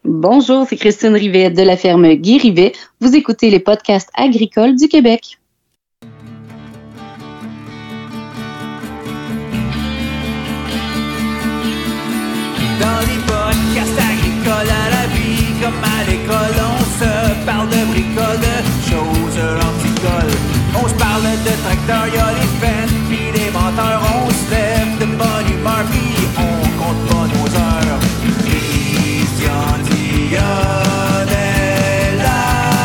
Bonjour, c'est Christine Rivet de la ferme Guy Rivet. Vous écoutez les podcasts agricoles du Québec. Dans les podcasts agricoles à la vie, comme à l'école, on se parle de bricoles, de choses anticoles. On se parle de tracteurs, y'a les fans, pis les menteurs. On se lève de bonne humeur, pis on compte pas nos heures. Christian Dionne est là.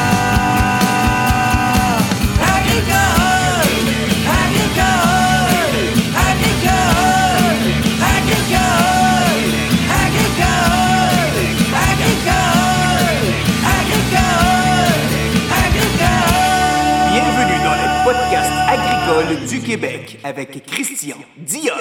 Agricole, agricole, agricole, agricole, agricole, agricole, agricole, agricole. Bienvenue dans le podcast agricole du Québec avec Christian Dionne.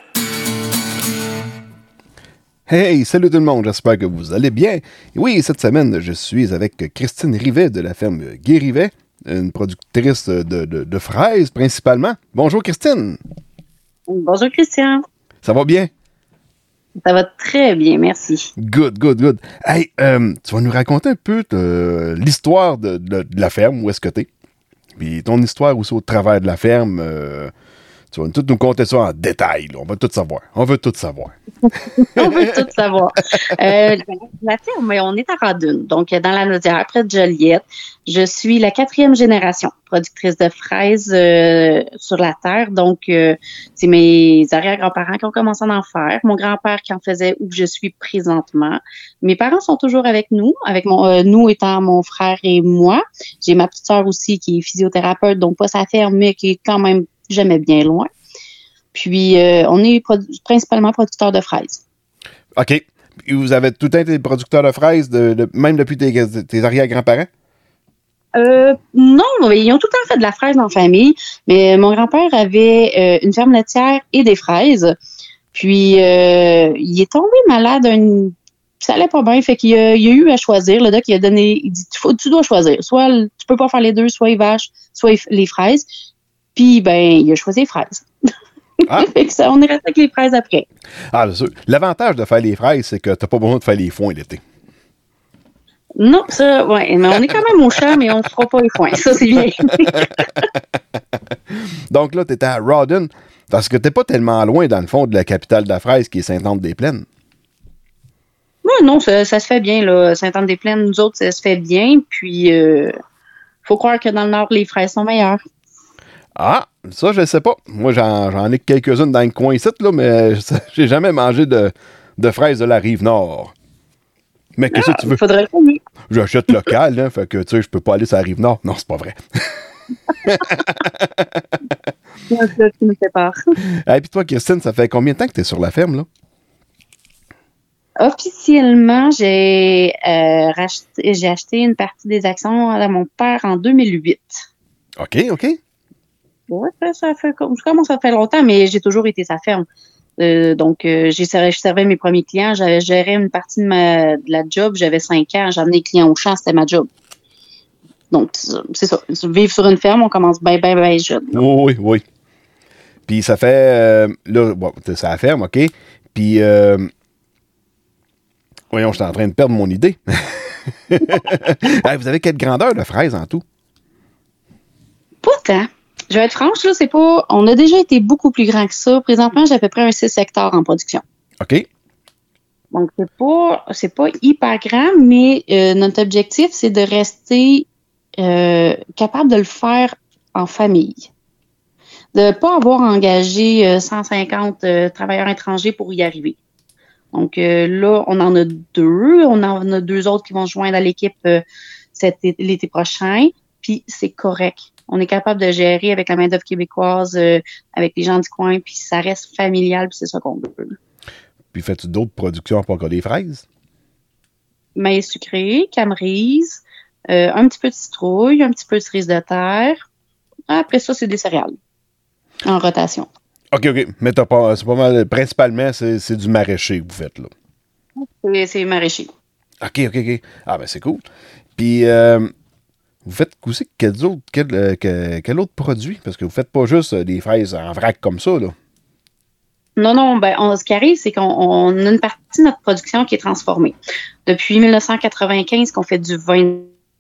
Hey, salut tout le monde, j'espère que vous allez bien. Et oui, cette semaine, je suis avec Christine Rivet de la ferme Guy Rivet, une productrice de fraises principalement. Bonjour Christine. Bonjour Christian. Ça va bien? Ça va très bien, merci. Good. Hey, tu vas nous raconter un peu l'histoire de la ferme, où est-ce que t'es? Puis ton histoire aussi au travers de la ferme, tu vas tout nous conter ça en détail, là. On veut tout savoir. On veut tout savoir. La ferme, on est à Radune, donc dans la Naudière, près de Joliette. Je suis la 4e génération productrice de fraises sur la terre. Donc, c'est mes arrière-grands-parents qui ont commencé à en faire. Mon grand-père qui en faisait où je suis présentement. Mes parents sont toujours avec nous, nous étant mon frère et moi. J'ai ma petite sœur aussi qui est physiothérapeute, donc pas sa ferme, mais qui est quand même jamais bien loin. Puis, on est principalement producteurs de fraises. OK. Et vous avez tout le temps été producteurs de fraises, même depuis tes arrière-grands-parents? Non, ils ont tout le temps fait de la fraise dans la famille, mais mon grand-père avait une ferme laitière et des fraises. Puis, il est tombé malade, ça allait pas bien, fait qu'il a eu à choisir. Le doc, il a donné, il dit, tu dois choisir. Soit tu peux pas faire les deux, soit les vaches, soit les fraises. Puis, il a choisi les fraises. Ah. Fait que ça, on est resté avec les fraises après. Ah, c'est sûr. L'avantage de faire les fraises, c'est que t'as pas besoin de faire les foins l'été. Non, ça, ouais, mais on est quand même au champ, mais on ne fera pas les foins. Ça, c'est bien. Donc là, t'étais à Rawdon, parce que t'es pas tellement loin, dans le fond, de la capitale de la fraise, qui est Sainte-Anne-des-Plaines. Non, ça se fait bien, là. Sainte-Anne-des-Plaines, nous autres, ça se fait bien. Puis, faut croire que dans le Nord, les fraises sont meilleures. Ah, ça, je sais pas. Moi, j'en ai quelques-unes dans le coin ici, là, mais j'ai jamais mangé de fraises de la Rive-Nord. Mais qu'est-ce que tu veux? Faudrait le connaître. J'achète local, hein, fait que, tu sais, je peux pas aller sur la Rive-Nord. Non, c'est pas vrai. C'est ça qui me fait peur. Et puis toi, Christine, ça fait combien de temps que tu es sur la ferme, là? Officiellement, j'ai acheté une partie des actions à mon père en 2008. OK. Ouais, ça commence à faire longtemps, mais j'ai toujours été sa ferme. Donc, je servais mes premiers clients. J'avais géré une partie de la job. J'avais 5 ans. J'amenais les clients au champ. C'était ma job. Donc, c'est ça. Vivre sur une ferme, on commence bien jeune. Oui. Puis ça fait... là, bon, c'est la ferme, OK. Puis... voyons, je suis en train de perdre mon idée. Hey, vous avez quelle grandeur de fraises en tout? Pas tant. Je vais être franche, là, on a déjà été beaucoup plus grand que ça. Présentement, j'ai à peu près un 6 hectares en production. OK. Donc, c'est pas hyper grand, mais notre objectif, c'est de rester capable de le faire en famille. De ne pas avoir engagé 150 travailleurs étrangers pour y arriver. Donc, là, on en a 2. On en a 2 autres qui vont se joindre à l'équipe l'été prochain. Puis, c'est correct. On est capable de gérer avec la main-d'œuvre québécoise, avec les gens du coin, puis ça reste familial, puis c'est ça qu'on veut. Puis fais-tu d'autres productions pour que des fraises? Maïs sucré, camerise, un petit peu de citrouille, un petit peu de cerise de terre. Après ça, c'est des céréales en rotation. OK. Mais c'est pas mal. Principalement, c'est du maraîcher que vous faites, là. C'est maraîcher. OK. Ah, ben c'est cool. Puis... vous faites aussi quel autre produit? Parce que vous faites pas juste des fraises en vrac comme ça, là. Non, ce qui arrive, c'est qu'on a une partie de notre production qui est transformée. Depuis 1995 qu'on fait du vin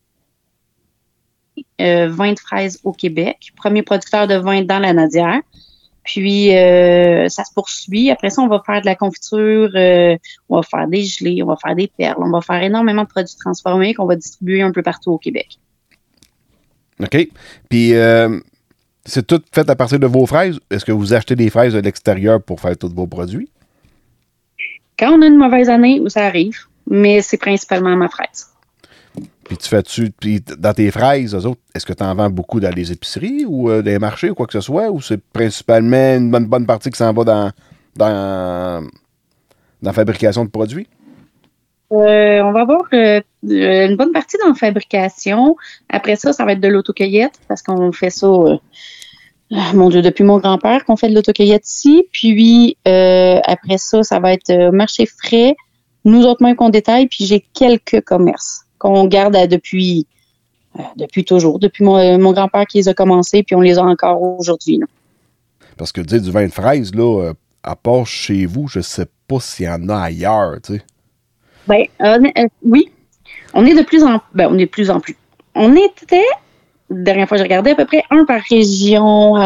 de fraises au Québec. Premier producteur de vin dans la Nadière. Puis, ça se poursuit. Après ça, on va faire de la confiture, on va faire des gelées, on va faire des perles, on va faire énormément de produits transformés qu'on va distribuer un peu partout au Québec. OK. Puis, c'est tout fait à partir de vos fraises? Est-ce que vous achetez des fraises de l'extérieur pour faire tous vos produits? Quand on a une mauvaise année, ça arrive, mais c'est principalement ma fraise. Puis dans tes fraises, eux autres, est-ce que tu en vends beaucoup dans les épiceries ou dans les marchés ou quoi que ce soit? Ou c'est principalement une bonne partie qui s'en va dans la fabrication de produits? On va avoir une bonne partie dans la fabrication. Après ça, ça va être de l'autocueillette parce qu'on fait ça, mon Dieu, depuis mon grand-père qu'on fait de l'autocueillette ici. Puis après ça, ça va être marché frais, nous autres mêmes qu'on détaille. Puis j'ai quelques commerces qu'on garde depuis toujours, depuis mon grand-père qui les a commencés, puis on les a encore aujourd'hui. Là. Parce que dire du vin de fraise, là, à part chez vous, je sais pas s'il y en a ailleurs, tu sais. Oui, on est de plus en plus. On était, la dernière fois que j'ai regardé, à peu près un par région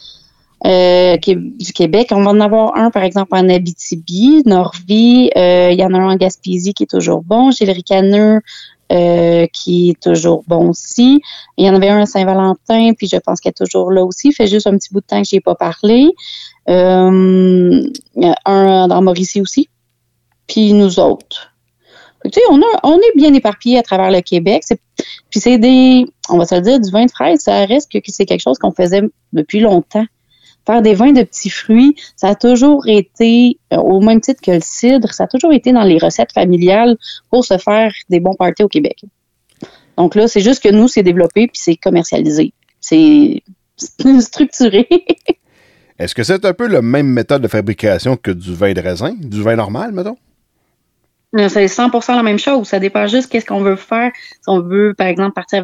du Québec. On va en avoir un, par exemple, en Abitibi, Norvie. Il y en a un en Gaspésie qui est toujours bon. J'ai le Ricaneux qui est toujours bon aussi. Il y en avait un à Saint-Valentin, puis je pense qu'elle est toujours là aussi. Fait juste un petit bout de temps que je n'y ai pas parlé. Un dans Mauricie aussi. Puis nous autres. Tu sais, on est bien éparpillés à travers le Québec. Puis c'est on va se le dire, du vin de fraise, ça reste que c'est quelque chose qu'on faisait depuis longtemps. Faire des vins de petits fruits, ça a toujours été, au même titre que le cidre, ça a toujours été dans les recettes familiales pour se faire des bons parties au Québec. Donc là, c'est juste que nous, c'est développé puis c'est commercialisé. C'est structuré. Est-ce que c'est un peu la même méthode de fabrication que du vin de raisin, du vin normal, mettons? C'est 100% la même chose. Ça dépend juste qu'est-ce qu'on veut faire. Si on veut, par exemple, partir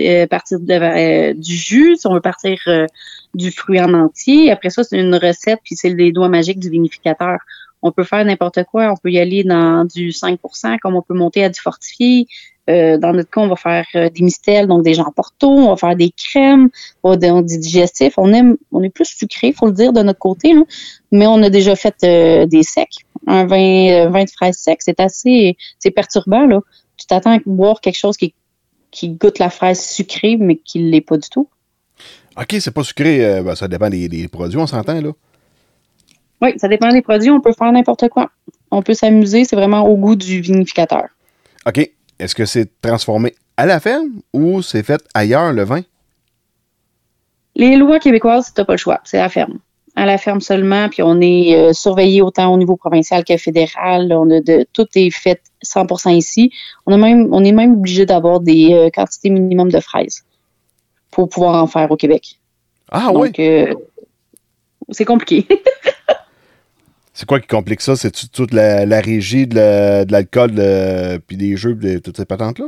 du jus, si on veut partir du fruit en entier. Après ça, c'est une recette, puis c'est les doigts magiques du vinificateur. On peut faire n'importe quoi. On peut y aller dans du 5%, comme on peut monter à du fortifié. Dans notre cas, on va faire des mistels, donc des gens porto. On va faire des crèmes, des digestifs. On est plus sucré, faut le dire, de notre côté, là. Mais on a déjà fait des secs. Un vin de fraise sec, c'est perturbant, là. Tu t'attends à boire quelque chose qui goûte la fraise sucrée, mais qui ne l'est pas du tout. OK, c'est pas sucré. Ça dépend des produits, on s'entend, là. Oui, ça dépend des produits. On peut faire n'importe quoi. On peut s'amuser. C'est vraiment au goût du vinificateur. OK. Est-ce que c'est transformé à la ferme ou c'est fait ailleurs, le vin? Les lois québécoises, tu n'as pas le choix. C'est à la ferme. À la ferme seulement, puis on est surveillé autant au niveau provincial que fédéral. Tout est fait 100% ici. On est même obligé d'avoir des quantités minimum de fraises pour pouvoir en faire au Québec. Ah oui? Donc, c'est compliqué. C'est quoi qui complique ça? C'est toute la régie de l'alcool puis des jeux de toutes ces patentes-là?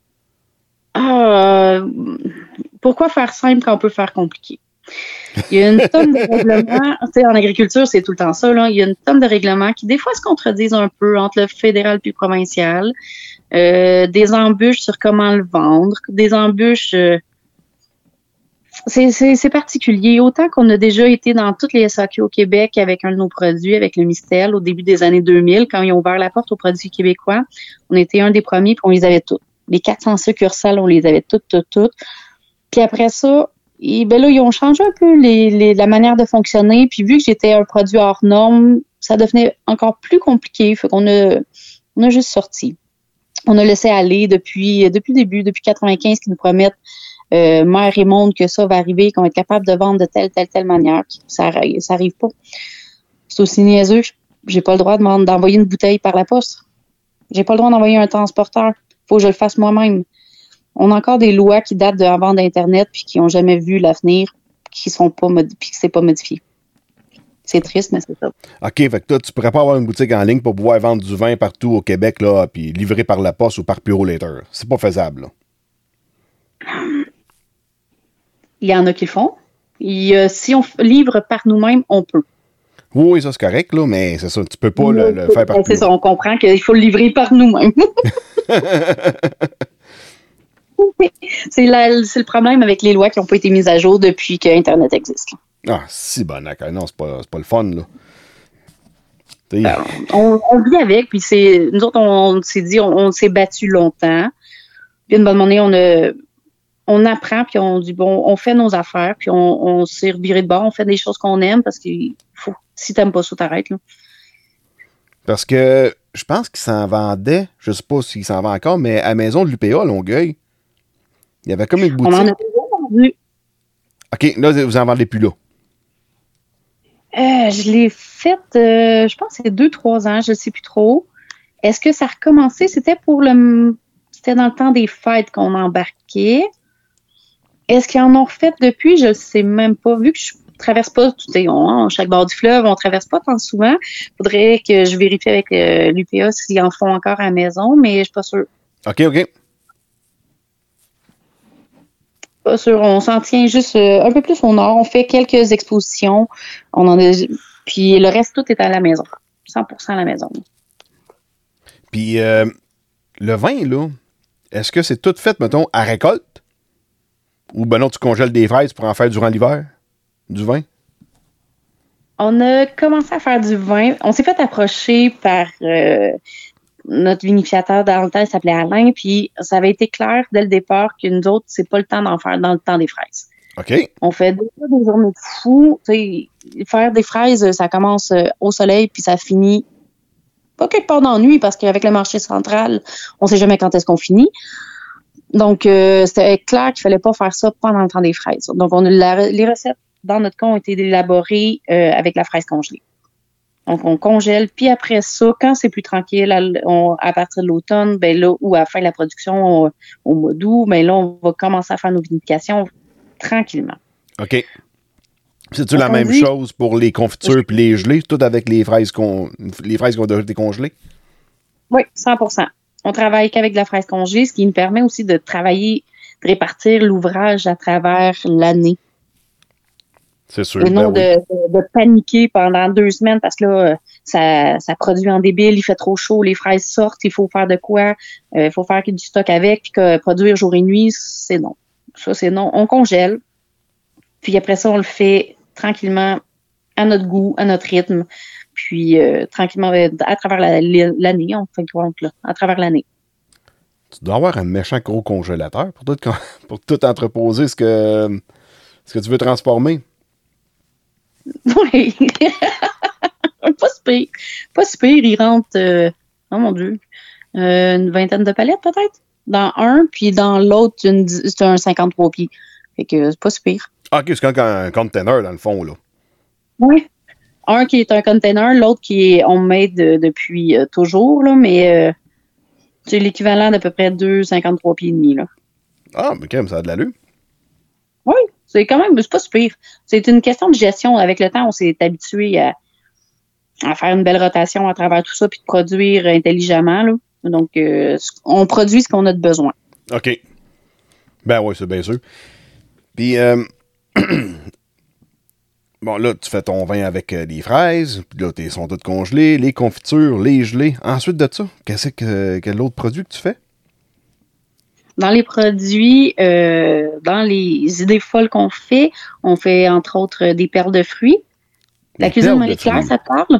Pourquoi faire simple quand on peut faire compliqué? Il y a une tonne de règlements. Tu sais, en agriculture, c'est tout le temps ça, là. Il y a une tonne de règlements qui, des fois, se contredisent un peu entre le fédéral puis le provincial. Des embûches sur comment le vendre. Des embûches... C'est particulier. Autant qu'on a déjà été dans toutes les SAQ au Québec avec un de nos produits, avec le Mistel, au début des années 2000, quand ils ont ouvert la porte aux produits québécois, on était un des premiers, puis on les avait toutes. Les 400 succursales, on les avait toutes. Puis après ça, là, ils ont changé un peu la manière de fonctionner. Puis vu que j'étais un produit hors norme, ça devenait encore plus compliqué. Fait qu'on a juste sorti. On a laissé aller depuis le début, depuis 95, qu'ils nous promettent mère et monde que ça va arriver, qu'on va être capable de vendre de telle manière. Puis ça arrive pas. C'est aussi niaiseux. J'ai pas le droit d'envoyer une bouteille par la poste. J'ai pas le droit d'envoyer un transporteur. Faut que je le fasse moi-même. On a encore des lois qui datent d'avant d'Internet puis qui n'ont jamais vu l'avenir, qui sont pas puis que c'est pas modifié. C'est triste, mais c'est ça. OK, fait que toi, tu pourrais pas avoir une boutique en ligne pour pouvoir vendre du vin partout au Québec, là, puis livrer par la poste ou par Purolator. C'est pas faisable, là. Il y en a qui le font. Si on livre par nous-mêmes, on peut. Oui, ça, c'est correct, là, mais c'est ça, tu peux pas le faire par C'est ça, on comprend qu'il faut le livrer par nous-mêmes. C'est le problème avec les lois qui n'ont pas été mises à jour depuis que Internet existe. Ah, si, bon, d'accord. Non, c'est pas le fun, là. On vit avec, puis nous autres, on s'est dit, on s'est battu longtemps. Puis, une bonne année, on apprend, puis on dit, bon, on fait nos affaires, puis on s'est reviré de bord, on fait des choses qu'on aime, parce que si t'aimes pas ça, t'arrêtes, là. Parce que je pense qu'il s'en vendait, je sais pas s'il s'en vend encore, mais à la maison de l'UPA, à Longueuil, il y avait comme une boutique. On en a déjà vendu. OK, là, vous en vendez plus là. Je l'ai faite, je pense que c'est 2-3 ans, je ne sais plus trop. Est-ce que ça a recommencé? C'était c'était dans le temps des fêtes qu'on embarquait. Est-ce qu'ils en ont refait depuis? Je ne sais même pas. Vu que je traverse pas, chaque bord du fleuve, on traverse pas tant souvent. Il faudrait que je vérifie avec l'UPA s'ils en font encore à la maison, mais je suis pas sûre. OK. Pas sûr. On s'en tient juste un peu plus au nord. On fait quelques expositions. Puis le reste, tout est à la maison. 100% à la maison. Puis le vin, là, est-ce que c'est tout fait, mettons, à récolte? Ou ben non, tu congèles des fraises pour en faire durant l'hiver? Du vin? On a commencé à faire du vin. On s'est fait approcher par notre vinificateur dans le temps, il s'appelait Alain, puis ça avait été clair dès le départ que nous autres, c'est pas le temps d'en faire dans le temps des fraises. OK. On fait des journées de fou. Faire des fraises, ça commence au soleil, puis ça finit pas quelque part dans la nuit, parce qu'avec le marché central, on sait jamais quand est-ce qu'on finit. Donc, c'était clair qu'il fallait pas faire ça pendant le temps des fraises. Donc, les recettes, dans notre cas, ont été élaborées avec la fraise congelée. Donc, on congèle, puis après ça, quand c'est plus tranquille, à partir de l'automne, ben là, ou à la fin de la production, au mois d'août, ben là, on va commencer à faire nos vinifications tranquillement. OK. C'est-tu la même chose pour les confitures puis les gelées, tout avec les fraises qui ont déjà été congelées? Oui, 100%. On travaille qu'avec de la fraise congelée, ce qui nous permet aussi de travailler, de répartir l'ouvrage à travers l'année. C'est sûr. Et non de paniquer pendant 2 semaines parce que là, ça produit en débile, il fait trop chaud, les fraises sortent, il faut faire de quoi, il faut faire du stock avec, puis que produire jour et nuit, c'est non. Ça, c'est non. On congèle, puis après ça, on le fait tranquillement à notre goût, à notre rythme, puis tranquillement à travers l'année, on fait compte, là, à travers l'année. Tu dois avoir un méchant gros congélateur pour tout entreposer ce que tu veux transformer. Oui. Pas si pire. Il rentre, oh mon Dieu, une vingtaine de palettes peut-être. Dans un, puis dans l'autre, c'est un 53 pieds. Fait que c'est pas si pire. Ah, OK, c'est comme un container dans le fond, là. Oui. Un qui est un container, l'autre qui est homemade depuis toujours, là, mais c'est l'équivalent d'à peu près 53 pieds et demi, là. Ah, mais quand même, ça a de l'allure. Oui, c'est quand même, c'est pas si pire. C'est une question de gestion. Avec le temps, on s'est habitué à faire une belle rotation à travers tout ça puis de produire intelligemment, là. Donc, on produit ce qu'on a de besoin. OK. Ben oui, c'est bien sûr. Puis, bon, là, tu fais ton vin avec des fraises, puis là, ils sont toutes congelées, les confitures, les gelées. Ensuite de ça, quel autre produit que tu fais? Dans les produits, dans les idées folles qu'on fait, on fait entre autres des perles de fruits. La cuisine Marie-Claire, ça te parle?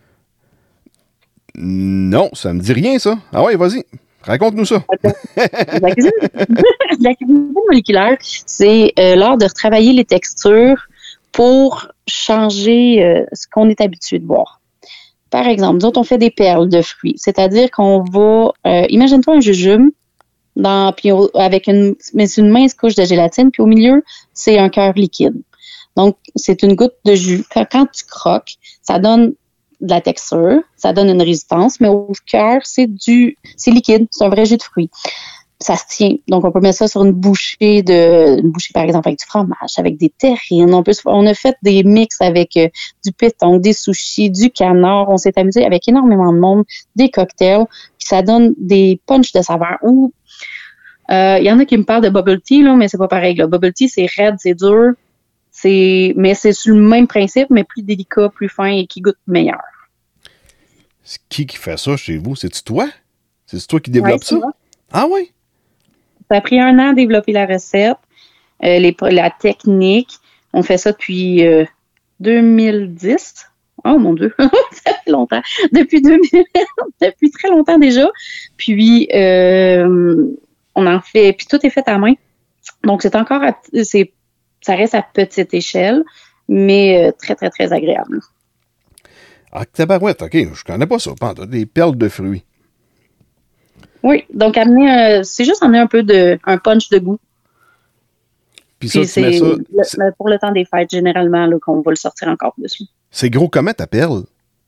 Non, ça me dit rien, ça. Ah ouais, vas-y, raconte-nous ça. La cuisine moléculaire, c'est l'art de retravailler les textures pour changer ce qu'on est habitué de boire. Par exemple, nous autres, on fait des perles de fruits, c'est-à-dire qu'on va... imagine-toi un jujube, avec une mince couche de gélatine, puis au milieu, c'est un cœur liquide. Donc, c'est une goutte de jus. Quand tu croques, ça donne de la texture, ça donne une résistance, mais au cœur, c'est liquide, c'est un vrai jus de fruits. Ça se tient. Donc, on peut mettre ça sur une bouchée, par exemple, avec du fromage, avec des terrines. On a fait des mix avec du pétanque, des sushis, du canard. On s'est amusé avec énormément de monde, des cocktails, puis ça donne des punchs de saveur. Il y en a qui me parlent de bubble tea, là, mais c'est pas pareil. Le bubble tea, c'est raide, c'est dur. Mais c'est sur le même principe, mais plus délicat, plus fin et qui goûte meilleur. C'est qui fait ça chez vous? C'est-tu toi? C'est toi qui développe ça? Moi. Ah oui? Ça a pris 1 an à développer la recette, la technique. On fait ça depuis 2010. Oh mon Dieu, ça fait longtemps. Depuis 2000, depuis très longtemps déjà. Puis on en fait, puis tout est fait à main. Donc c'est encore, ça reste à petite échelle, mais très très très agréable. Ah, tabarouette, ok, je connais pas ça. Des perles de fruits. Oui, donc c'est juste amener un punch de goût. Puis ça, tu mets ça... pour le temps des fêtes, généralement, là, qu'on va le sortir encore plus. C'est gros comment ta perle?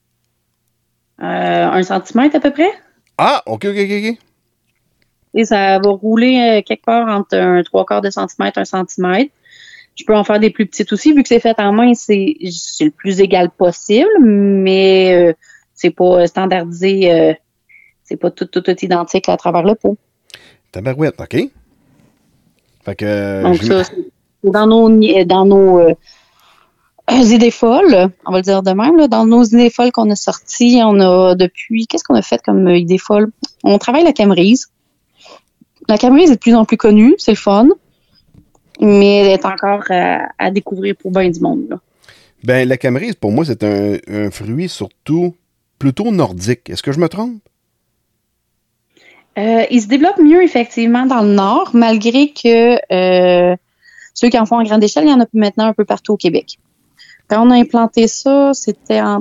1 centimètre à peu près. Ah, ok. Et ça va rouler quelque part entre un 3/4 de centimètre, 1 centimètre. Je peux en faire des plus petites aussi, vu que c'est fait en main, c'est le plus égal possible, mais c'est pas standardisé, c'est pas tout identique à travers le pot. Tabarouette, ok. Fait que... Donc ça, c'est dans nos idées folles, on va le dire de même, là, dans nos idées folles qu'on a sorties, on a depuis... Qu'est-ce qu'on a fait comme idée folle? On travaille la camerise. La camerise est de plus en plus connue, c'est le fun, mais elle est encore à découvrir pour bien du monde, là. Ben, la camerise, pour moi, c'est un fruit surtout plutôt nordique. Est-ce que je me trompe? Il se développe mieux, effectivement, dans le Nord, malgré que ceux qui en font en grande échelle, il y en a maintenant un peu partout au Québec. Quand on a implanté ça, c'était en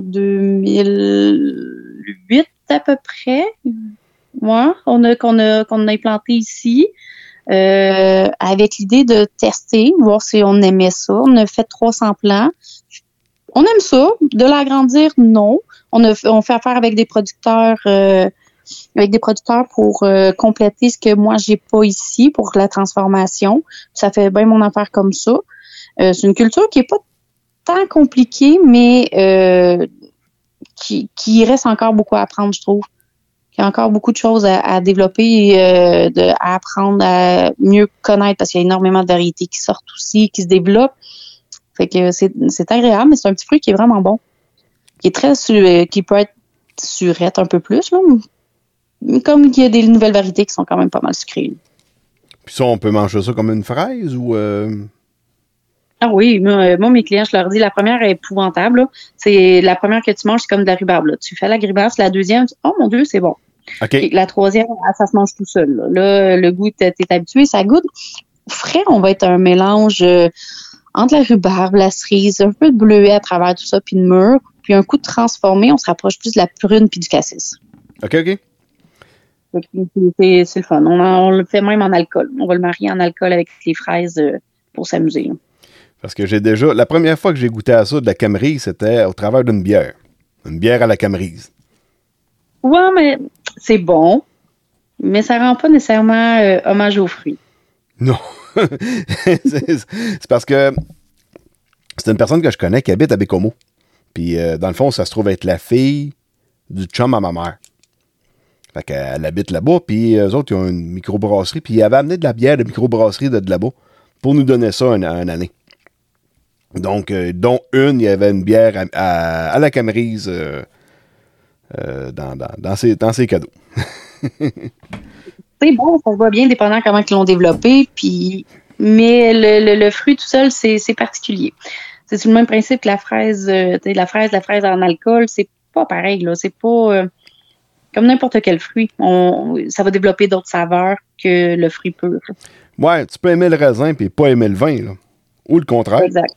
2008 à peu près. Ouais, qu'on a implanté ici avec l'idée de tester, voir si on aimait ça. On a fait 300 plants. On aime ça. De l'agrandir, non. On fait affaire avec des producteurs pour compléter ce que moi j'ai pas ici pour la transformation. Ça fait bien mon affaire comme ça. C'est une culture qui est pas tant compliquée, mais qui reste encore beaucoup à apprendre, je trouve. Il y a encore beaucoup de choses à développer, à apprendre, à mieux connaître, parce qu'il y a énormément de variétés qui sortent aussi, qui se développent. Fait que c'est agréable, mais c'est un petit fruit qui est vraiment bon. Qui peut être surette un peu plus, là. Comme il y a des nouvelles variétés qui sont quand même pas mal sucrées. Puis ça, on peut manger ça comme une fraise ou... Ah oui, moi, mes clients, je leur dis, la première est épouvantable, là. C'est la première que tu manges, c'est comme de la rhubarbe, là. Tu fais la rhubarbe, la deuxième, oh mon Dieu, c'est bon. OK. Et la troisième, ça se mange tout seul, là. Là, le goût, t'es habitué, ça goûte frais. On va être un mélange entre la rhubarbe, la cerise, un peu de bleuet à travers tout ça, puis de mûr. Puis un coup de transformé, on se rapproche plus de la prune puis du cassis. OK. C'est le fun. On le fait même en alcool. On va le marier en alcool avec les fraises pour s'amuser, là. Parce que la première fois que j'ai goûté à ça, de la camerise, c'était au travers d'une bière. Une bière à la camerise. Ouais, mais c'est bon. Mais ça rend pas nécessairement hommage aux fruits. Non. c'est parce que c'est une personne que je connais qui habite à Bécomo. Puis, dans le fond, ça se trouve être la fille du chum à ma mère. Fait qu'elle habite là-bas, puis eux autres, ils ont une microbrasserie, puis ils avaient amené de la bière de microbrasserie de là-bas pour nous donner ça une année. Donc, dont une, il y avait une bière à la camerise dans ses cadeaux. C'est bon, ça se voit bien, dépendant comment ils l'ont développé, mais le fruit tout seul, c'est particulier. C'est sur le même principe que la fraise en alcool, c'est pas pareil, là. C'est pas comme n'importe quel fruit. Ça va développer d'autres saveurs que le fruit pur. Ouais, tu peux aimer le raisin puis pas aimer le vin, là. Ou le contraire. Exact.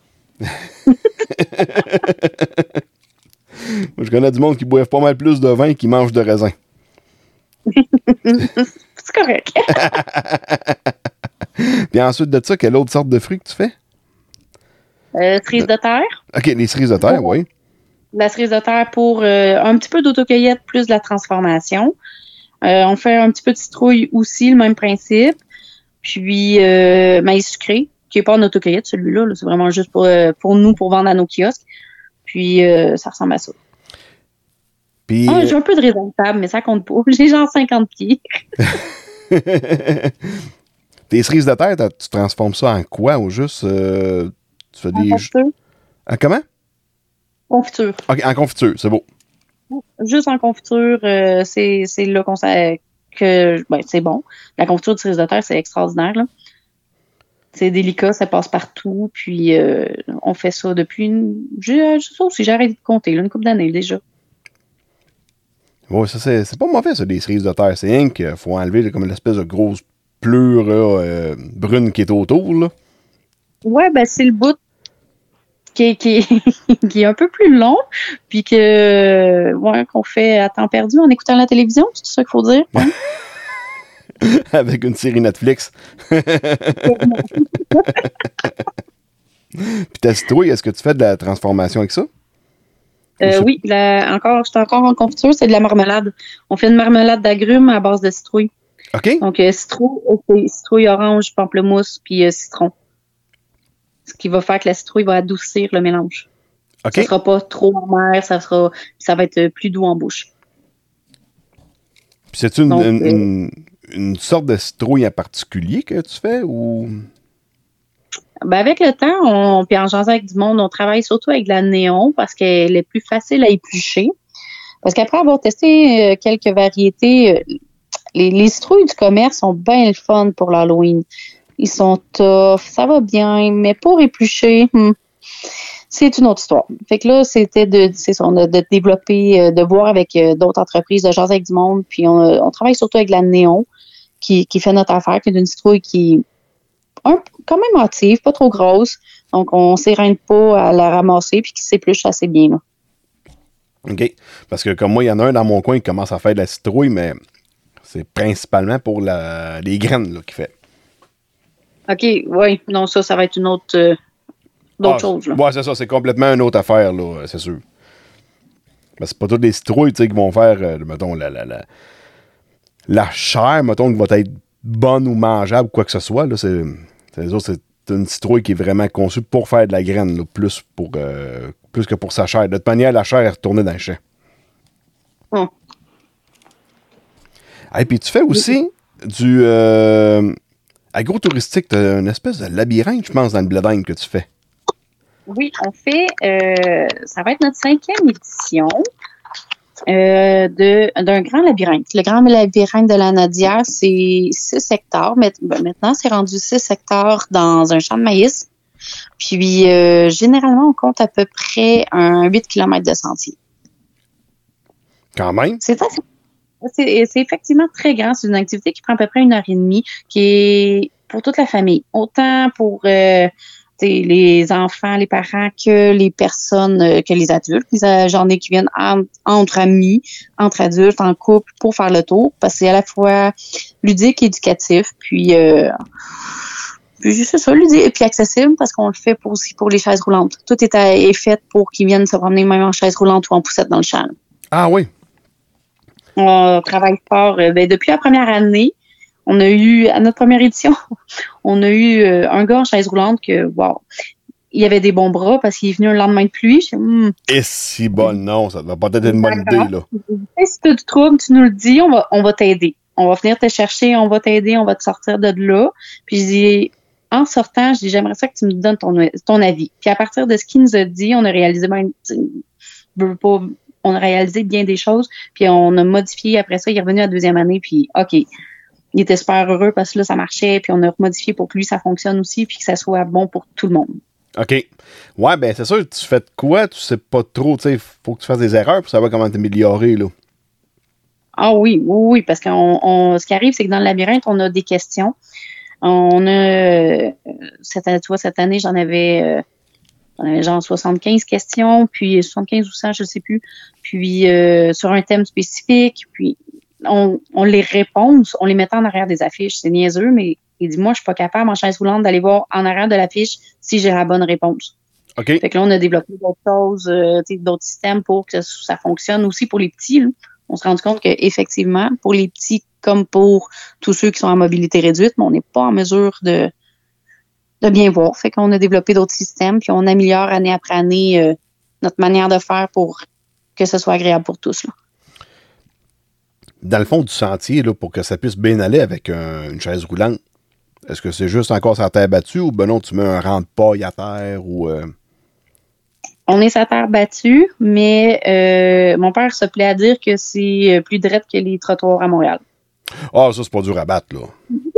Moi, je connais du monde qui boivent pas mal plus de vin qu'ils mangent de raisin. C'est correct. Puis ensuite de ça, quelle autre sorte de fruits que tu fais? Cerise de terre. OK, les cerises de terre, oui. La cerise de terre pour un petit peu d'autocueillette plus de la transformation. On fait un petit peu de citrouille aussi, le même principe. Puis maïs sucré, qui n'est pas en autocueillette, celui-là. Là, c'est vraiment juste pour nous, pour vendre à nos kiosques. Puis ça ressemble à ça. Puis, j'ai un peu de raisin de table, mais ça compte pas. J'ai genre 50 pieds. Tes cerises de terre, tu transformes ça en quoi? Ou juste, Tu fais En des... confiture. Comment? Confiture. OK, en confiture, c'est beau. Juste en confiture, c'est là qu'on sait que c'est bon. La confiture de cerise de terre, c'est extraordinaire, là. C'est délicat, ça passe partout. Puis on fait ça depuis je sais aussi, j'ai arrêté de compter, là, une couple d'années déjà. Ouais, ça, c'est pas mauvais, ça, des cerises de terre. C'est rien qu'il faut enlever là, comme une espèce de grosse pleure là, brune qui est autour, là. Ouais, ben c'est le bout qui est un peu plus long, puis qu'on fait à temps perdu en écoutant la télévision, c'est ça qu'il faut dire. Hein? Avec une série Netflix. Puis ta citrouille, est-ce que tu fais de la transformation avec ça? Oui, j'étais encore en confiture, c'est de la marmelade. On fait une marmelade d'agrumes à base de citrouille. OK. Donc, citrouille orange, pamplemousse, puis citron. Ce qui va faire que la citrouille va adoucir le mélange. OK. Ça sera pas trop amer, ça va être plus doux en bouche. Puis c'est-tu une sorte de citrouille en particulier que tu fais ou... Ben avec le temps, puis en jasant avec du monde, on travaille surtout avec de la néon parce qu'elle est plus facile à éplucher. Parce qu'après avoir testé quelques variétés, les citrouilles du commerce sont bien le fun pour l'Halloween. Ils sont tough, ça va bien, mais pour éplucher, c'est une autre histoire. Fait que là, c'était de développer, de voir avec d'autres entreprises, de jaser avec du monde, puis on travaille surtout avec de la néon qui fait notre affaire, qui est une citrouille qui quand même hâtive, pas trop grosse. Donc, on ne s'éreinte pas à la ramasser puis qui s'épluche assez bien. Là. OK. Parce que comme moi, il y en a un dans mon coin qui commence à faire de la citrouille, mais c'est principalement pour les graines là, qu'il fait. OK, oui. Non, ça va être une autre chose. Là. Ouais, c'est ça. C'est complètement une autre affaire, là, c'est sûr. Mais c'est pas toutes les citrouilles, tu sais, qui vont faire, mettons, la chair, mettons, qui va être bonne ou mangeable ou quoi que ce soit. Là, c'est une citrouille qui est vraiment conçue pour faire de la graine, là, plus que pour sa chair. De toute manière, la chair est retournée dans le champ. Et puis tu fais aussi du agro-touristique. Tu as une espèce de labyrinthe, je pense, dans le Bledine que tu fais. Oui, on fait, ça va être notre 5e édition d'un grand labyrinthe. Le grand labyrinthe de la Nadière, c'est 6 hectares. Maintenant, c'est rendu 6 hectares dans un champ de maïs. Puis, généralement, on compte à peu près un 8 km de sentier. Quand même. C'est effectivement très grand. C'est une activité qui prend à peu près 1h30, qui est pour toute la famille. Autant pour les enfants, les parents, que les personnes, que les adultes. J'en ai qui viennent entre amis, entre adultes, en couple, pour faire le tour, parce que c'est à la fois ludique et éducatif, puis c'est ça, ludique et puis accessible, parce qu'on le fait aussi pour les chaises roulantes. Tout est fait pour qu'ils viennent se promener même en chaise roulante ou en poussette dans le champ. Ah oui? On travaille fort. Depuis la première année, on a eu, à notre première édition, on a eu un gars en chaise roulante que, wow, il avait des bons bras parce qu'il est venu un lendemain de pluie. Et si bon, non, ça doit pas être une bonne idée, là. Si tu as du trouble, tu nous le dis, on va t'aider. On va venir te chercher, on va t'aider, on va te sortir de là. Puis je dis, en sortant, j'aimerais ça que tu me donnes ton avis. Puis à partir de ce qu'il nous a dit, on a réalisé on a réalisé bien des choses, puis on a modifié après ça. Il est revenu à la 2e année, puis OK. Il était super heureux parce que là, ça marchait, puis on a modifié pour que lui, ça fonctionne aussi, puis que ça soit bon pour tout le monde. OK. Ouais, ben c'est sûr, tu fais de quoi, tu sais pas trop, tu sais, faut que tu fasses des erreurs pour savoir comment t'améliorer, là. Ah oui, parce que ce qui arrive, c'est que dans le labyrinthe, on a des questions. On a, cette année, j'en avais genre 75 questions, puis 75 ou 100, je sais plus, puis sur un thème spécifique, puis on les répond, on les met en arrière des affiches. C'est niaiseux, mais il dit, moi, je suis pas capable en chaise roulante d'aller voir en arrière de l'affiche si j'ai la bonne réponse. OK. Fait que là, on a développé d'autres choses, d'autres systèmes pour que ça fonctionne aussi pour les petits. Là. On s'est rendu compte qu'effectivement, pour les petits comme pour tous ceux qui sont en mobilité réduite, mais on n'est pas en mesure de bien voir. Fait qu'on a développé d'autres systèmes, puis on améliore année après année notre manière de faire pour que ce soit agréable pour tous. Là. Dans le fond du sentier, là, pour que ça puisse bien aller avec une chaise roulante, Est-ce que c'est juste encore sur la terre battue ou ben non, tu mets un rang de paille à terre ou... On est sur la terre battue, mais mon père se plaît à dire que c'est plus drette que les trottoirs à Montréal. Ah, ça, c'est pas dur à battre, là.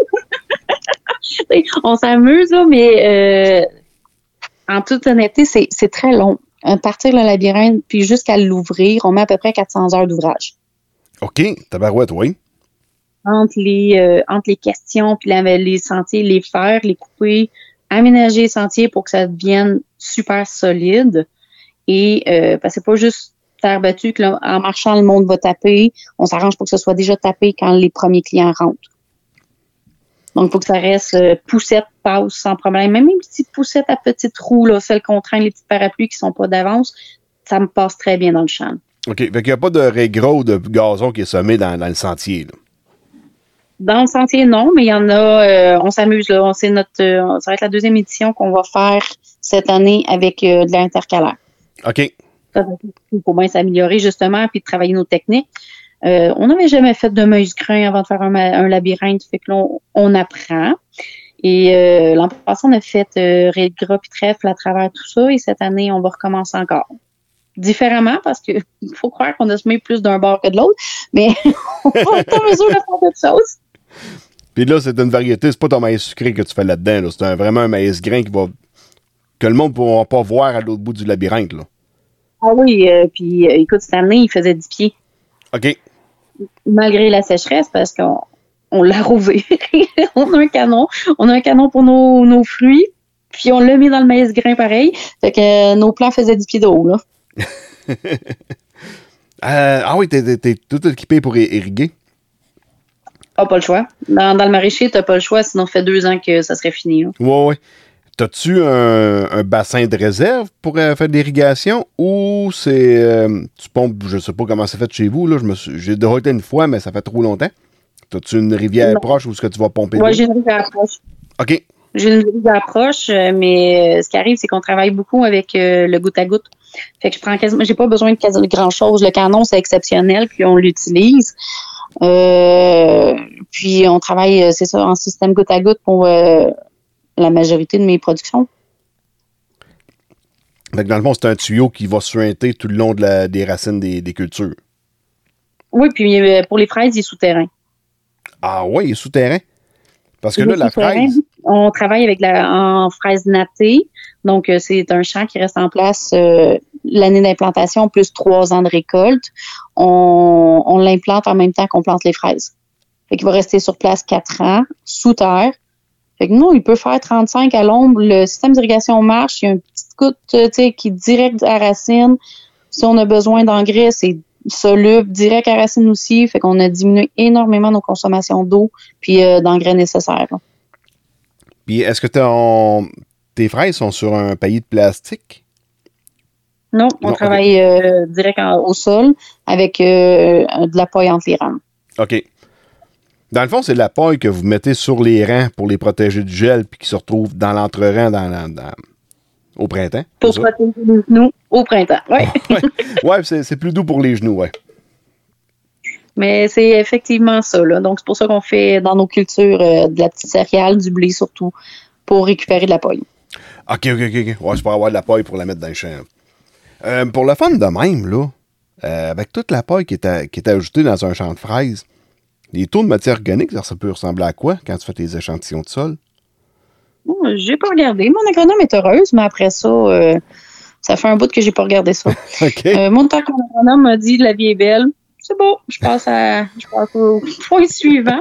On s'amuse, là, mais en toute honnêteté, c'est très long. Partir le labyrinthe, puis jusqu'à l'ouvrir, on met à peu près 400 heures d'ouvrage. OK, tabarouette, oui. Entre les questions, puis les sentiers, les faire, les couper, aménager les sentiers pour que ça devienne super solide. Et parce que c'est pas juste terre battue que là, en marchant, le monde va taper. On s'arrange pour que ce soit déjà tapé quand les premiers clients rentrent. Donc, il faut que ça reste poussette, passe sans problème. Même une petite poussette à petite roue, là, celle qu'on traîne, les petits parapluies qui sont pas d'avance, ça me passe très bien dans le champ. OK, fait qu'il n'y a pas de raie gros de gazon qui est semé dans le sentier, là. Dans le sentier, non, mais il y en a, on s'amuse, là. Ça va être la deuxième édition qu'on va faire cette année avec de l'intercalaire. OK. Il faut bien s'améliorer, justement, puis travailler nos techniques. On n'avait jamais fait de meuse-grain avant de faire un labyrinthe, fait que là, on apprend. Et l'an passé, on a fait raie de gras puis trèfle à travers tout ça, et cette année, on va recommencer encore. Différemment, parce que il faut croire qu'on a semé plus d'un bord que de l'autre, mais on va être en mesure de faire d'autres choses. Puis là, c'est une variété, c'est pas ton maïs sucré que tu fais là-dedans, là. C'est vraiment un maïs grain que le monde ne pourra pas voir à l'autre bout du labyrinthe, là. Ah oui, puis écoute, cette année, il faisait 10 pieds. OK. Malgré la sécheresse, parce qu'on l'a rouvé. On a un canon pour nos fruits, puis on l'a mis dans le maïs grain pareil. Fait que nos plants faisaient 10 pieds de haut, là. Ah oui, t'es tout équipé pour irriguer? Ah, pas le choix. Dans le maraîcher, t'as pas le choix, sinon ça fait 2 ans que ça serait fini, là. Oui. T'as-tu un bassin de réserve pour faire de l'irrigation ou c'est tu pompes, je sais pas comment c'est fait chez vous, là, j'ai déjà été une fois, mais ça fait trop longtemps. T'as-tu une rivière proche où est-ce que tu vas pomper? Oui, j'ai une rivière proche. OK. J'ai une rivière proche, mais ce qui arrive, c'est qu'on travaille beaucoup avec le goutte à goutte. Fait que j'ai pas besoin de grand-chose. Le canon, c'est exceptionnel, puis on l'utilise. Puis on travaille, c'est ça, en système goutte à goutte pour la majorité de mes productions. Fait que dans le fond, c'est un tuyau qui va suinter tout le long des racines des cultures. Oui, puis pour les fraises, il est souterrain. Ah oui, il est souterrain? Parce que là, la fraise... On travaille en fraise nattée. Donc, c'est un champ qui reste en place l'année d'implantation plus 3 ans de récolte. On l'implante en même temps qu'on plante les fraises. Fait qu'il va rester sur place 4 ans, sous terre. Fait que nous, il peut faire 35 à l'ombre. Le système d'irrigation marche. Il y a une petite goutte qui est direct à la racine. Si on a besoin d'engrais, c'est soluble, direct à la racine aussi. Fait qu'on a diminué énormément nos consommations d'eau puis d'engrais nécessaires. Là. Puis est-ce que tes fraises sont sur un paillis de plastique? Non, on travaille direct au sol avec de la paille entre les rames. OK. Dans le fond, c'est de la paille que vous mettez sur les rangs pour les protéger du gel puis qui se retrouvent dans l'entre-rang au printemps. Pour protéger les genoux au printemps, oui. Ouais, c'est plus doux pour les genoux, ouais. Mais c'est effectivement ça, là. Donc, c'est pour ça qu'on fait dans nos cultures de la petite céréale, du blé surtout, pour récupérer de la paille. OK. Ouais, c'est pour avoir de la paille pour la mettre dans le champ. Pour le fun de même, là, avec toute la paille qui est ajoutée dans un champ de fraises, les taux de matière organique, ça peut ressembler à quoi quand tu fais tes échantillons de sol? J'ai pas regardé. Mon agronome est heureuse, mais après ça, ça fait un bout que j'ai pas regardé ça. OK. Mon agronome m'a dit la vie est belle. C'est bon, je passe au point suivant.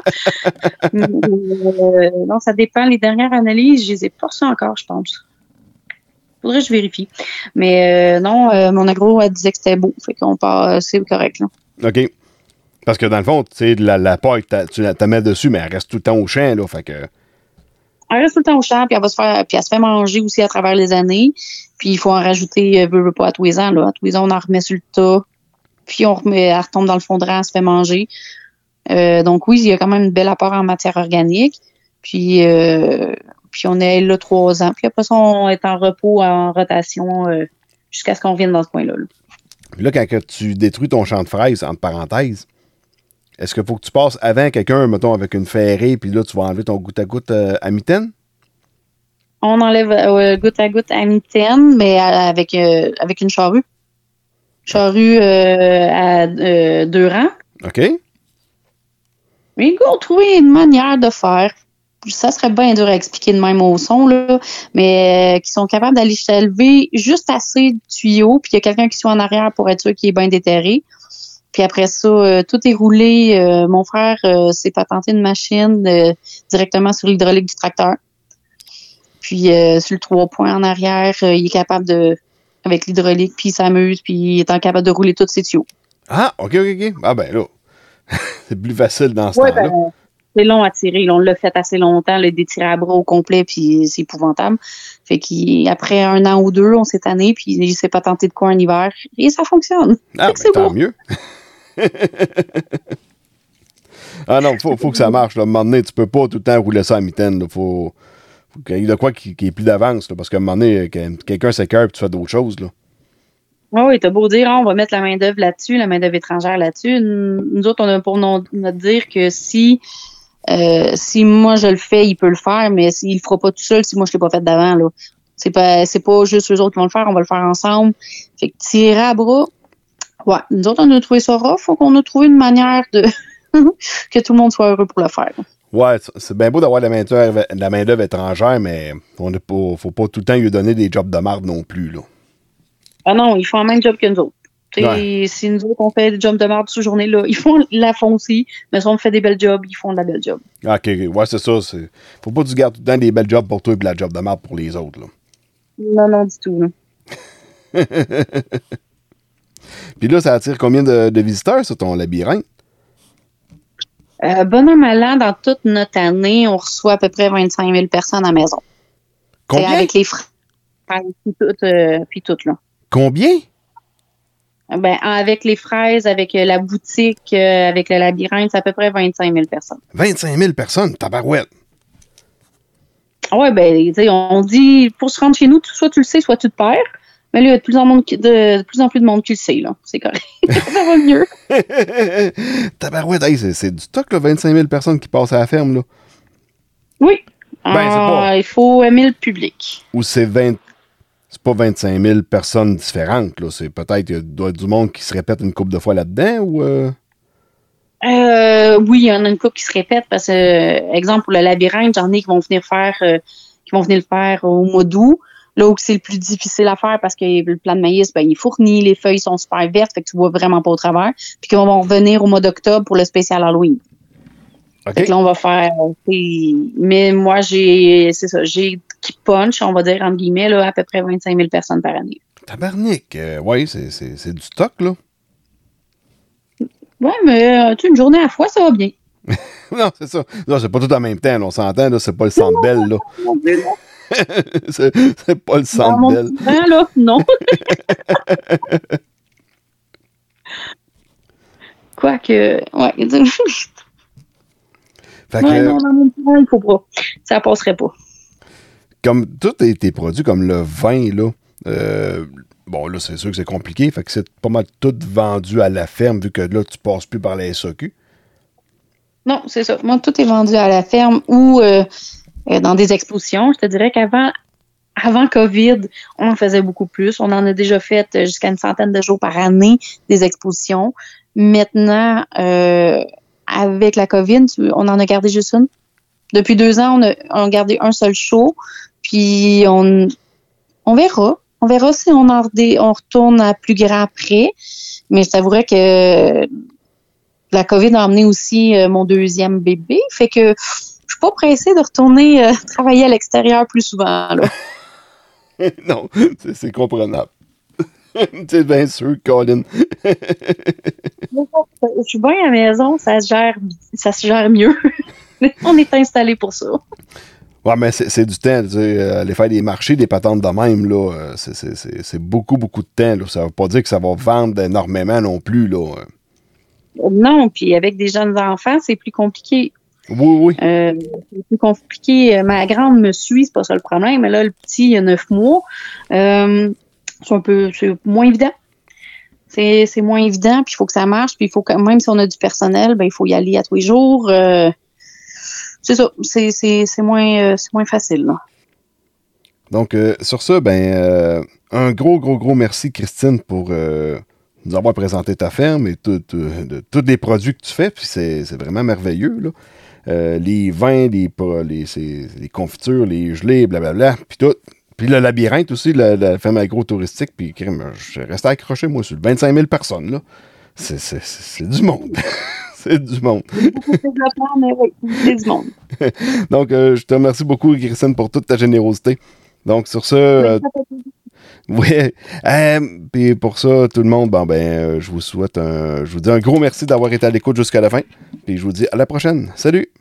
Non, ça dépend. Les dernières analyses, je les ai pas reçues encore, je pense. Faudrait que je vérifie. Mais non, mon agro, elle disait que c'était beau. Fait qu'on part, c'est correct, là. OK. Parce que dans le fond, tu sais, la paille, tu la mets dessus, mais elle reste tout le temps au champ, là. Fait que... Elle reste tout le temps au champ, puis elle se fait manger aussi à travers les années. Puis il faut en rajouter, pas à tous les ans, là. À tous les ans, on en remet sur le tas. Puis elle retombe dans le fond de rang, elle se fait manger. Donc oui, il y a quand même une belle apport en matière organique. Puis on est là 3 ans. Puis après ça, on est en repos, en rotation, jusqu'à ce qu'on vienne dans ce coin-là. Là. Puis là, quand tu détruis ton champ de fraises, entre parenthèses, est-ce qu'il faut que tu passes avant quelqu'un, mettons, avec une ferrée, puis là, tu vas enlever ton goutte-à-goutte à mitaine? On enlève goutte à goutte à mitaine, mais avec une charrue. Charrue à 2 rangs. OK. Mais go, trouver une manière de faire. Ça serait bien dur à expliquer de même au son, là, mais qui sont capables d'aller s'élever juste assez de tuyaux, puis il y a quelqu'un qui soit en arrière pour être sûr qu'il est bien déterré. Puis après ça, tout est roulé. Mon frère s'est patenté une machine directement sur l'hydraulique du tracteur. Puis sur le 3 points en arrière, il est capable de, avec l'hydraulique, puis il s'amuse, puis il est capable de rouler tous ses tuyaux. Ah, OK. Ah ben là, c'est plus facile dans ce temps-là. Ben, c'est long à tirer. Là, on l'a fait assez longtemps, des tirés à bras au complet, puis c'est épouvantable. Fait qu'après 1 an ou 2, on s'est tanné, puis il s'est patenté de quoi en hiver, et ça fonctionne. Ah, ben, c'est tant beau. mieux. Ah non, faut que ça marche. Là. À un moment donné, tu peux pas tout le temps rouler ça à mitaine. Là. Faut qu'il y ait de quoi qui est plus d'avance. Là, parce qu'à un moment donné, quelqu'un s'écœure et tu fais d'autres choses. Là. Oui, t'as beau dire, on va mettre la main-d'œuvre là-dessus, la main-d'œuvre étrangère là-dessus. Nous autres, on a pour notre dire que si moi je le fais, il peut le faire, mais s'il le fera pas tout seul, si moi je l'ai pas fait d'avant, là. C'est pas juste eux autres qui vont le faire, on va le faire ensemble. Fait que tirer à bras, ouais, nous autres, on a trouvé ça rough, faut qu'on a trouvé une manière de que tout le monde soit heureux pour le faire. Ouais, c'est bien beau d'avoir la main-d'œuvre étrangère, mais faut pas tout le temps lui donner des jobs de marde non plus, là. Ah non, ils font le même job que nous autres. Ouais. Si nous autres, on fait des jobs de marde cette journée-là, ils font aussi, mais si on fait des belles jobs, ils font de la belle job. OK, ouais, c'est ça. Faut pas que tu gardes tout le temps des belles jobs pour toi et de la job de marde pour les autres, là. Non, du tout, là. Puis là, ça attire combien de visiteurs, ça, ton labyrinthe? Bon an, mal an, dans toute notre année, on reçoit à peu près 25 000 personnes à la maison. Combien? C'est avec les frais, puis tout, là. Combien? Ben, avec les fraises, avec la boutique, avec le labyrinthe, c'est à peu près 25 000 personnes. 25 000 personnes, tabarouette. Oui, ben, tu sais, on dit, pour se rendre chez nous, soit tu le sais, soit tu te perds. Mais là, il y a de plus en plus de monde qui le sait, là. C'est correct. Ça va mieux. Tabarouette, hey, c'est du stock, là, 25 000 personnes qui passent à la ferme, là. Oui. Ben, il faut aimer le public. Ou c'est pas 25 000 personnes différentes, là. C'est peut-être, il doit y avoir du monde qui se répète une couple de fois là-dedans, ou... Oui, il y en a une couple qui se répète, parce que, exemple, pour le labyrinthe, j'en ai qui vont venir le faire au mois d'août. Là où c'est le plus difficile à faire parce que le plant de maïs, ben, il est fourni, les feuilles sont super vertes, fait que tu vois vraiment pas au travers. Puis qu'on va revenir au mois d'octobre pour le spécial Halloween. OK. Fait que là, on va faire... Mais moi, j'ai qui punch, on va dire, entre guillemets, là, à peu près 25 000 personnes par année. Tabarnak, oui, c'est du stock, là. Ouais, mais une journée à la fois, ça va bien. Non, c'est ça. Non, c'est pas tout en même temps, là, on s'entend, là, c'est pas le Centre Bell, là. c'est pas le Centre Bell. Là, non. Quoique, ouais. Fait que, non, dans mon plan, il faut pas. Ça passerait pas. Comme tous tes produits, comme le vin, là, bon, là, c'est sûr que c'est compliqué, fait que c'est pas mal tout vendu à la ferme, vu que là, tu passes plus par la SAQ. Non, c'est ça. Moi, tout est vendu à la ferme ou dans des expositions. Je te dirais avant COVID, on en faisait beaucoup plus. On en a déjà fait jusqu'à une centaine de jours par année des expositions. Maintenant, avec la COVID, on en a gardé juste une. Depuis 2 ans, on a gardé un seul show. Puis on verra. On verra si on retourne à plus grand après. Mais je t'avouerais que la COVID a emmené aussi mon 2e bébé. Fait que je suis pas pressée de retourner travailler à l'extérieur plus souvent, là. Non, c'est comprenable. C'est bien sûr, Colin. Je suis bien à la maison, ça se gère mieux. On est installé pour ça. Ouais, mais c'est du temps, tu sais, aller faire des marchés, des patentes de même, là, c'est beaucoup, beaucoup de temps, là. Ça veut pas dire que ça va vendre énormément non plus, là. Non, puis avec des jeunes enfants, c'est plus compliqué. Oui. C'est plus compliqué. Ma grande me suit, c'est pas ça le problème, mais là, le petit, il y a 9 mois. C'est moins évident. c'est moins évident, puis il faut que ça marche, puis il faut que, même si on a du personnel, ben il faut y aller à tous les jours. C'est ça, c'est moins facile, là. Donc, sur ça, un gros merci, Christine, pour nous avoir présenté ta ferme et tous les produits que tu fais, puis c'est vraiment merveilleux, là. Les vins, les confitures, les gelées, blablabla, puis tout. Puis le labyrinthe aussi, la ferme agro-touristique, puis je restais accroché, moi, sur 25 000 personnes, là. C'est du monde. C'est du monde. Mais oui, c'est du monde. Donc, je te remercie beaucoup, Christine, pour toute ta générosité. Donc, sur ça... Oui. Puis pour ça, tout le monde, je vous souhaite je vous dis un gros merci d'avoir été à l'écoute jusqu'à la fin. Puis je vous dis à la prochaine. Salut!